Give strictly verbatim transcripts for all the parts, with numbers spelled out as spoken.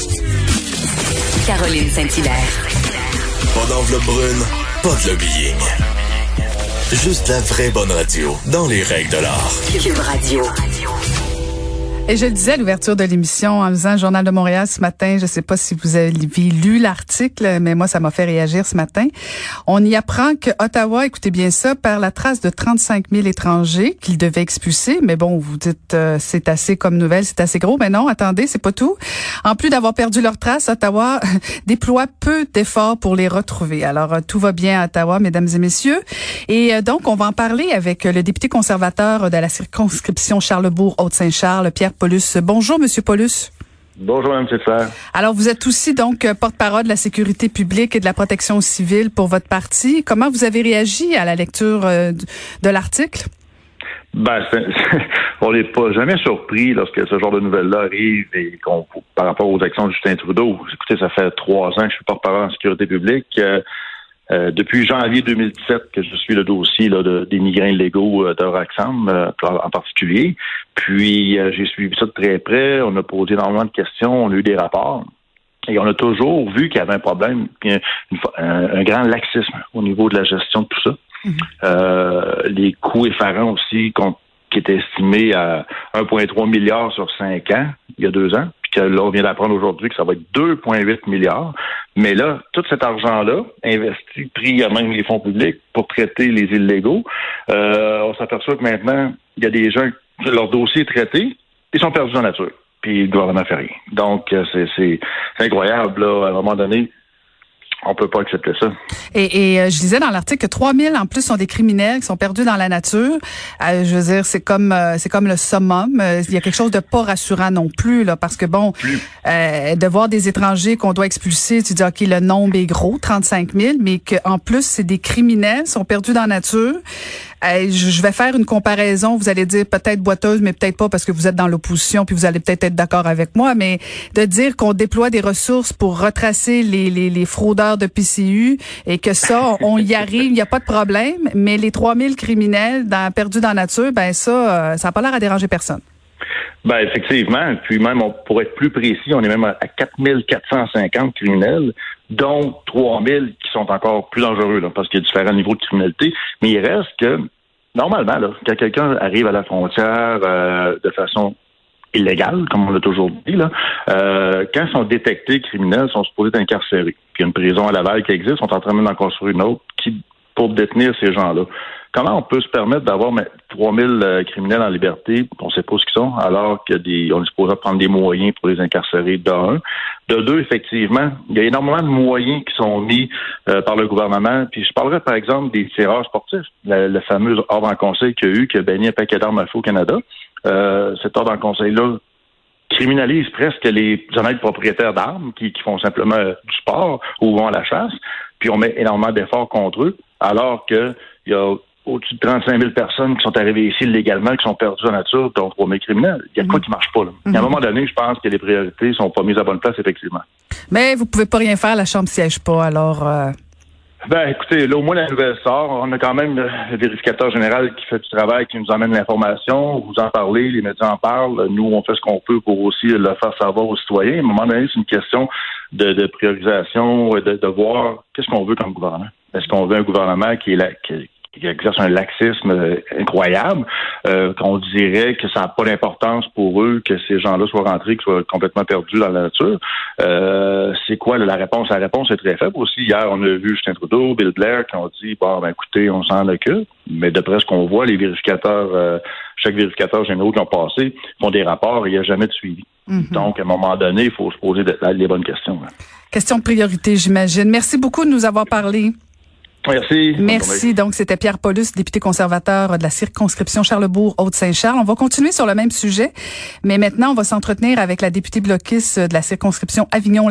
Caroline Saint-Hilaire. Pas d'enveloppe brune, pas de lobbying. Juste la vraie bonne radio, dans les règles de l'art. Cube Radio. Et je le disais à l'ouverture de l'émission en faisant le Journal de Montréal ce matin, je sais pas si vous avez lu l'article, mais moi, ça m'a fait réagir ce matin. On y apprend que Ottawa, écoutez bien ça, perd la trace de trente-cinq mille étrangers qu'il devait expulser. Mais bon, vous dites, euh, c'est assez comme nouvelle, c'est assez gros. Mais non, attendez, c'est pas tout. En plus d'avoir perdu leur trace, Ottawa déploie peu d'efforts pour les retrouver. Alors, euh, tout va bien à Ottawa, mesdames et messieurs. Et euh, donc, on va en parler avec le député conservateur de la circonscription Charlesbourg-Haute-Saint-Charles, Pierre Paulus. Bonjour, Monsieur Paulus. Bonjour, Mme Saint-Hilaire. Alors, vous êtes aussi donc porte-parole de la sécurité publique et de la protection civile pour votre parti. Comment vous avez réagi à la lecture euh, de l'article? Ben, c'est, c'est, on n'est pas jamais surpris lorsque ce genre de nouvelles-là arrive et qu'on, par rapport aux actions de Justin Trudeau. Écoutez, ça fait trois ans que je suis porte-parole en sécurité publique. Euh, Euh, depuis janvier deux mille dix-sept que je suis le dossier là, de, des migrants illégaux euh, de Roxham euh, en particulier. Puis euh, j'ai suivi ça de très près. On a posé énormément de questions, on a eu des rapports. Et on a toujours vu qu'il y avait un problème, une, un, un grand laxisme au niveau de la gestion de tout ça. Mm-hmm. Euh, les coûts effarants aussi qui étaient estimés à un virgule trois milliard sur cinq ans, il y a deux ans. Que là, on vient d'apprendre aujourd'hui que ça va être deux virgule huit milliards. Mais là, tout cet argent-là, investi, pris à même les fonds publics pour traiter les illégaux, euh, on s'aperçoit que maintenant, il y a des gens, leur dossier est traité, ils sont perdus dans la nature. Puis le gouvernement fait rien. Donc, c'est, c'est, c'est incroyable, là, à un moment donné. On peut pas accepter ça. Et, et euh, je disais dans l'article que trois mille en plus sont des criminels qui sont perdus dans la nature. Euh, je veux dire, c'est comme euh, c'est comme le summum. Euh, il y a quelque chose de pas rassurant non plus là, parce que bon, euh, de voir des étrangers qu'on doit expulser, tu dis ok, le nombre est gros, trente-cinq mille, mais qu'en plus c'est des criminels qui sont perdus dans la nature. Euh, je vais faire une comparaison. Vous allez dire peut-être boiteuse, mais peut-être pas parce que vous êtes dans l'opposition, puis vous allez peut-être être d'accord avec moi. Mais de dire qu'on déploie des ressources pour retracer les les, les fraudeurs de P C U et que ça, on y arrive, il n'y a pas de problème. Mais les trois mille criminels dans, perdus dans la nature, ben ça, ça n'a pas l'air à déranger personne. Ben effectivement. Puis même, on, pour être plus précis, on est même à quatre mille quatre cent cinquante criminels, dont trois mille qui sont encore plus dangereux, là, parce qu'il y a différents niveaux de criminalité. Mais il reste que, normalement, là, quand quelqu'un arrive à la frontière euh, de façon illégale, comme on l'a toujours dit, là, euh, quand ils sont détectés criminels, ils sont supposés être incarcérés. Puis il y a une prison à Laval qui existe, on est en train même d'en construire une autre qui, pour détenir ces gens-là. Comment on peut se permettre d'avoir trois mille euh, criminels en liberté, on ne sait pas ce qu'ils sont, alors qu'on est supposé prendre des moyens pour les incarcérer, de un. De deux, effectivement, il y a énormément de moyens qui sont mis euh, par le gouvernement. Puis je parlerai, par exemple, des tireurs sportifs. La, la fameuse ordre en conseil qu'il y a eu, qui a banni un paquet d'armes à feu au Canada. Euh, cet ordre en conseil-là criminalise presque les honnêtes propriétaires d'armes qui, qui font simplement du sport ou vont à la chasse. Puis on met énormément d'efforts contre eux, alors que il y a au-dessus de trente-cinq mille personnes qui sont arrivées ici illégalement, qui sont perdues en nature, dont trois mille criminels. Il y a de quoi qui marche pas, là. Mm-hmm. À un moment donné, je pense que les priorités sont pas mises à bonne place, effectivement. Mais vous pouvez pas rien faire, la Chambre siège pas, alors... Euh... Ben, écoutez, là, au moins, la nouvelle sort. On a quand même le vérificateur général qui fait du travail, qui nous emmène l'information. Vous en parlez, les médias en parlent. Nous, on fait ce qu'on peut pour aussi le faire savoir aux citoyens. À un moment donné, c'est une question de, de priorisation, de, de voir qu'est-ce qu'on veut comme gouvernement. Est-ce qu'on veut un gouvernement qui est là, qui, qui exerce un laxisme incroyable, euh, qu'on dirait que ça n'a pas d'importance pour eux que ces gens-là soient rentrés, qu'ils soient complètement perdus dans la nature. Euh, c'est quoi là, la réponse? La réponse est très faible aussi. Hier, on a vu Justin Trudeau, Bill Blair qui ont dit, bon, ben écoutez, on s'en occupe. Mais d'après ce qu'on voit, les vérificateurs, euh, chaque vérificateur généraux qui ont passé font des rapports et il n'y a jamais de suivi. Mm-hmm. Donc, à un moment donné, il faut se poser les bonnes questions. Là. Question de priorité, j'imagine. Merci beaucoup de nous avoir parlé. Merci. Merci. Donc, c'était Pierre Paulus, député conservateur de la circonscription Charlesbourg-Haute-Saint-Charles. On va continuer sur le même sujet, mais maintenant, on va s'entretenir avec la députée bloquiste de la circonscription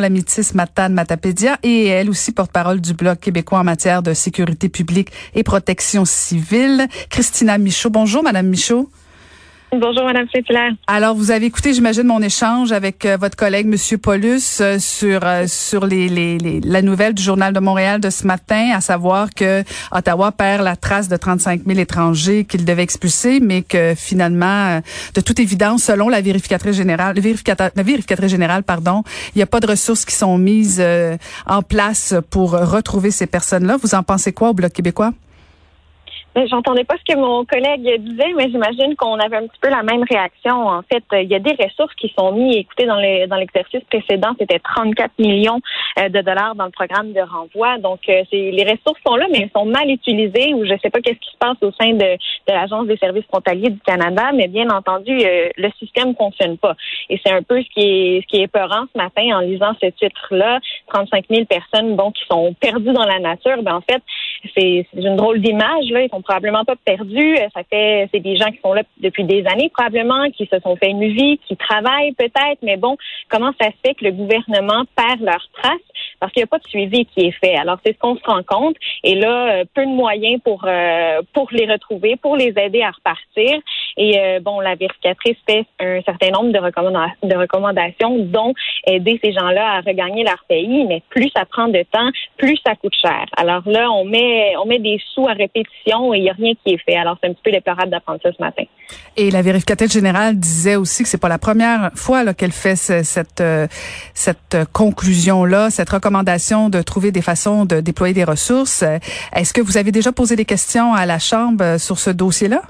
Avignon-Lamitis-Matane-Matapédia et elle aussi porte-parole du Bloc québécois en matière de sécurité publique et protection civile, Christina Michaud. Bonjour, Madame Michaud. Bonjour, Madame Saint-Hilaire. Alors, vous avez écouté, j'imagine, mon échange avec euh, votre collègue, Monsieur Paulus, euh, sur euh, sur les, les, les la nouvelle du Journal de Montréal de ce matin, à savoir que Ottawa perd la trace de trente-cinq mille étrangers qu'il devait expulser, mais que finalement, euh, de toute évidence, selon la vérificatrice générale, le vérificateur, la vérificatrice générale, pardon, il n'y a pas de ressources qui sont mises euh, en place pour retrouver ces personnes-là. Vous en pensez quoi au Bloc québécois? J'entendais pas ce que mon collègue disait, mais j'imagine qu'on avait un petit peu la même réaction. En fait, il y a des ressources qui sont mises. Écoutez, dans, les, dans l'exercice précédent, c'était trente-quatre millions de dollars dans le programme de renvoi. Donc, c'est, les ressources sont là, mais elles sont mal utilisées ou je sais pas qu'est-ce qui se passe au sein de, de l'Agence des services frontaliers du Canada, mais bien entendu, euh, le système fonctionne pas. Et c'est un peu ce qui est, ce qui est épeurant ce matin en lisant ce titre-là. trente-cinq mille personnes, bon, qui sont perdues dans la nature. Ben, en fait, c'est, c'est une drôle d'image, là. Ils sont probablement pas perdus. Ça fait, c'est des gens qui sont là depuis des années, probablement, qui se sont fait une vie, qui travaillent peut-être, mais bon, comment ça se fait que le gouvernement perd leur trace? Parce qu'il n'y a pas de suivi qui est fait. Alors, c'est ce qu'on se rend compte. Et là, peu de moyens pour, euh, pour les retrouver, pour les aider à repartir. Et euh, bon, la vérificatrice fait un certain nombre de, recommanda- de recommandations, dont aider ces gens-là à regagner leur pays. Mais plus ça prend de temps, plus ça coûte cher. Alors là, on met, on met des sous à répétition et il n'y a rien qui est fait. Alors, c'est un petit peu déplorable d'apprendre ça ce matin. Et la vérificatrice générale disait aussi que c'est pas la première fois là, qu'elle fait ce, cette, euh, cette conclusion-là, cette recommandation de trouver des façons de déployer des ressources. Est-ce que vous avez déjà posé des questions à la Chambre sur ce dossier-là?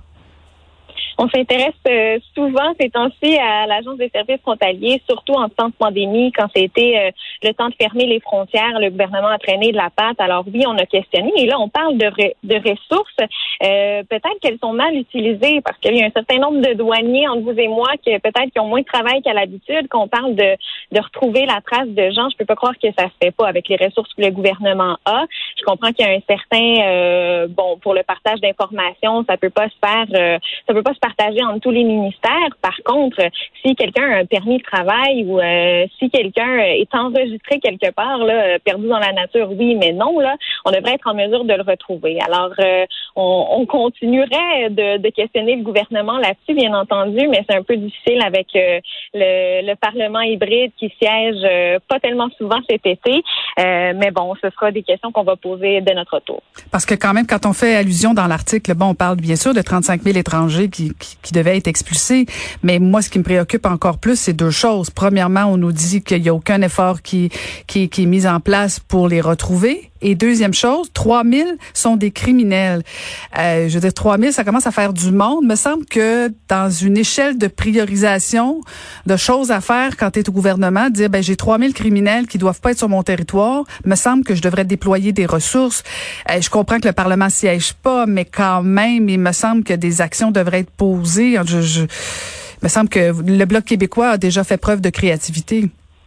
On s'intéresse euh, souvent ces temps-ci à l'Agence des services frontaliers, surtout en temps de pandémie, quand c'était euh, le temps de fermer les frontières, le gouvernement a traîné de la patte. Alors oui, on a questionné. Et là, on parle de, re- de ressources. Euh, peut-être qu'elles sont mal utilisées parce qu'il y a un certain nombre de douaniers entre vous et moi qui peut-être qui ont moins de travail qu'à l'habitude. Qu'on parle de, de retrouver la trace de gens, je peux pas croire que ça se fait pas avec les ressources que le gouvernement a. Je comprends qu'il y a un certain euh, bon pour le partage d'informations, ça peut pas se faire, euh, ça peut pas se partager entre tous les ministères. Par contre, si quelqu'un a un permis de travail ou euh, si quelqu'un est enregistré quelque part, là, perdu dans la nature, oui, mais non, là, on devrait être en mesure de le retrouver. Alors, euh, on, on continuerait de, de questionner le gouvernement là-dessus, bien entendu, mais c'est un peu difficile avec euh, le, le Parlement hybride qui siège euh, pas tellement souvent cet été. Euh, mais bon, ce sera des questions qu'on va poser de notre tour. Parce que quand même, quand on fait allusion dans l'article, bon, on parle bien sûr de trente-cinq mille étrangers qui, qui, qui devaient être expulsés. Mais moi, ce qui me préoccupe encore plus, c'est deux choses. Premièrement, on nous dit qu'il n'y a aucun effort qui, qui, qui est mis en place pour les retrouver. Et deuxième chose, trois mille sont des criminels. Euh, je veux dire, trois mille, ça commence à faire du monde. Me semble que dans une échelle de priorisation de choses à faire quand tu es au gouvernement, dire, ben j'ai trois mille criminels qui doivent pas être sur mon territoire, me semble que je devrais déployer des ressources. Euh, je comprends que le Parlement siège pas, mais quand même, il me semble que des actions devraient être posées. Je, je, il me semble que le Bloc québécois a déjà fait preuve de créativité.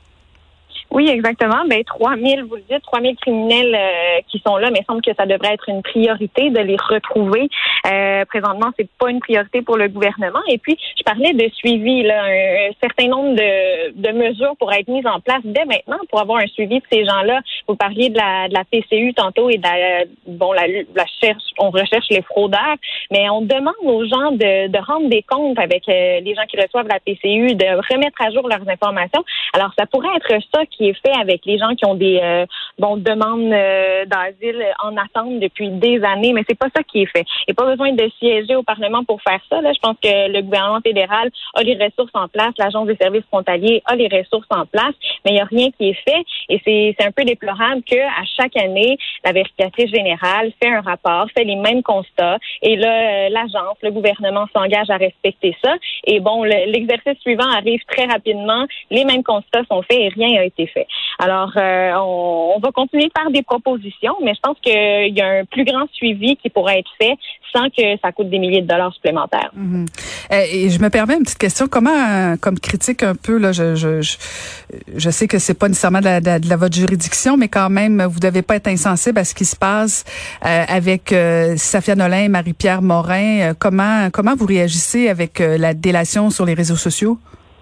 Oui, exactement. Ben trois mille, vous le dites, trois mille criminels euh, qui sont là, mais il semble que ça devrait être une priorité de les retrouver. Euh, présentement, c'est pas une priorité pour le gouvernement. Et puis, je parlais de suivi, là, un, un certain nombre de, de mesures pour être mises en place dès maintenant pour avoir un suivi de ces gens-là. Vous parliez de la, de la P C U tantôt et de la, bon, la, la cherche, on recherche les fraudeurs, mais on demande aux gens de, de rendre des comptes avec euh, les gens qui reçoivent la P C U, de remettre à jour leurs informations. Alors, ça pourrait être ça qui est fait avec les gens qui ont des euh, bon demandes euh, d'asile en attente depuis des années, mais c'est pas ça qui est fait. Il n'y a pas besoin de siéger au Parlement pour faire ça. Là. Je pense que le gouvernement fédéral a les ressources en place, l'Agence des services frontaliers a les ressources en place, mais il n'y a rien qui est fait. Et c'est, c'est un peu déplorable qu'à chaque année, la vérificatrice générale fait un rapport, fait les mêmes constats, et là, l'agence, le gouvernement s'engage à respecter ça. Et bon, le, l'exercice suivant arrive très rapidement, les mêmes constats sont faits et rien n'a été fait. Alors, euh, on, on va continuer de faire des propositions, mais je pense qu'il y a un plus grand suivi qui pourrait être fait sans que ça coûte des milliers de dollars supplémentaires. Mm-hmm. Et je me permets une petite question. Comment, comme critique un peu, là, je, je, je, je sais que c'est pas nécessairement de la, de, la, de la votre juridiction, mais quand même, vous devez pas être insensible à ce qui se passe euh, avec euh, Safia Nolin et Marie-Pierre Morin. Euh, comment, comment vous réagissez avec euh, la délation sur les réseaux sociaux?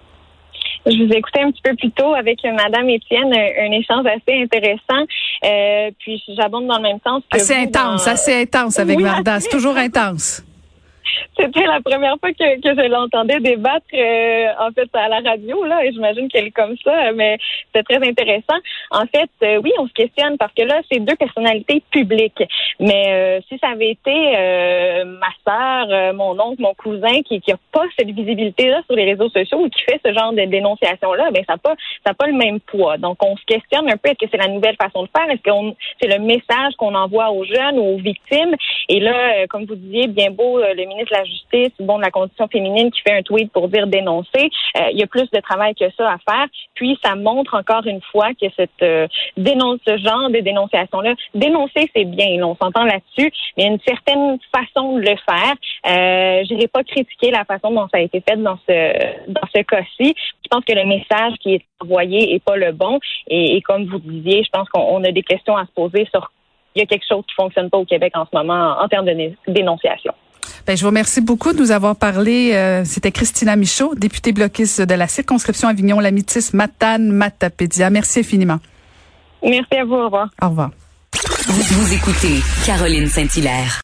Je vous ai écouté un petit peu plus tôt avec Madame Étienne, un, un échange assez intéressant. Euh, puis j'abonde dans le même sens que assez vous, intense, dans... assez intense avec oui, Varda. C'est toujours intense. C'était la première fois que, que je l'entendais débattre, euh, en fait, à la radio, là, et j'imagine qu'elle est comme ça, mais c'est très intéressant. En fait, euh, oui, on se questionne parce que là, c'est deux personnalités publiques. Mais euh, si ça avait été euh, ma sœur, euh, mon oncle, mon cousin, qui qui a pas cette visibilité-là sur les réseaux sociaux ou qui fait ce genre de dénonciation-là, ben ça n'a pas, ça a pas le même poids. Donc, on se questionne un peu, est-ce que c'est la nouvelle façon de faire? Est-ce que c'est le message qu'on envoie aux jeunes ou aux victimes? Et là, euh, comme vous disiez, bien beau, euh, le ministre de la Justice, bon, de la condition féminine qui fait un tweet pour dire dénoncer. Euh, il y a plus de travail que ça à faire. Puis, ça montre encore une fois que cette euh, dénonce, ce genre de dénonciation-là, dénoncer, c'est bien, là, on s'entend là-dessus, mais il y a une certaine façon de le faire. Euh, je n'irai pas critiquer la façon dont ça a été fait dans ce dans ce cas-ci. Je pense que le message qui est envoyé est pas le bon. Et, et comme vous disiez, je pense qu'on on a des questions à se poser sur il y a quelque chose qui fonctionne pas au Québec en ce moment en, en termes de né- dénonciation. Ben, je vous remercie beaucoup de nous avoir parlé. Euh, c'était Christina Michaud, députée bloquiste de la circonscription Avignon-Lamitis-Matane-Matapédia. Merci infiniment. Merci à vous. Au revoir. Au revoir. Vous, vous écoutez Caroline Saint-Hilaire.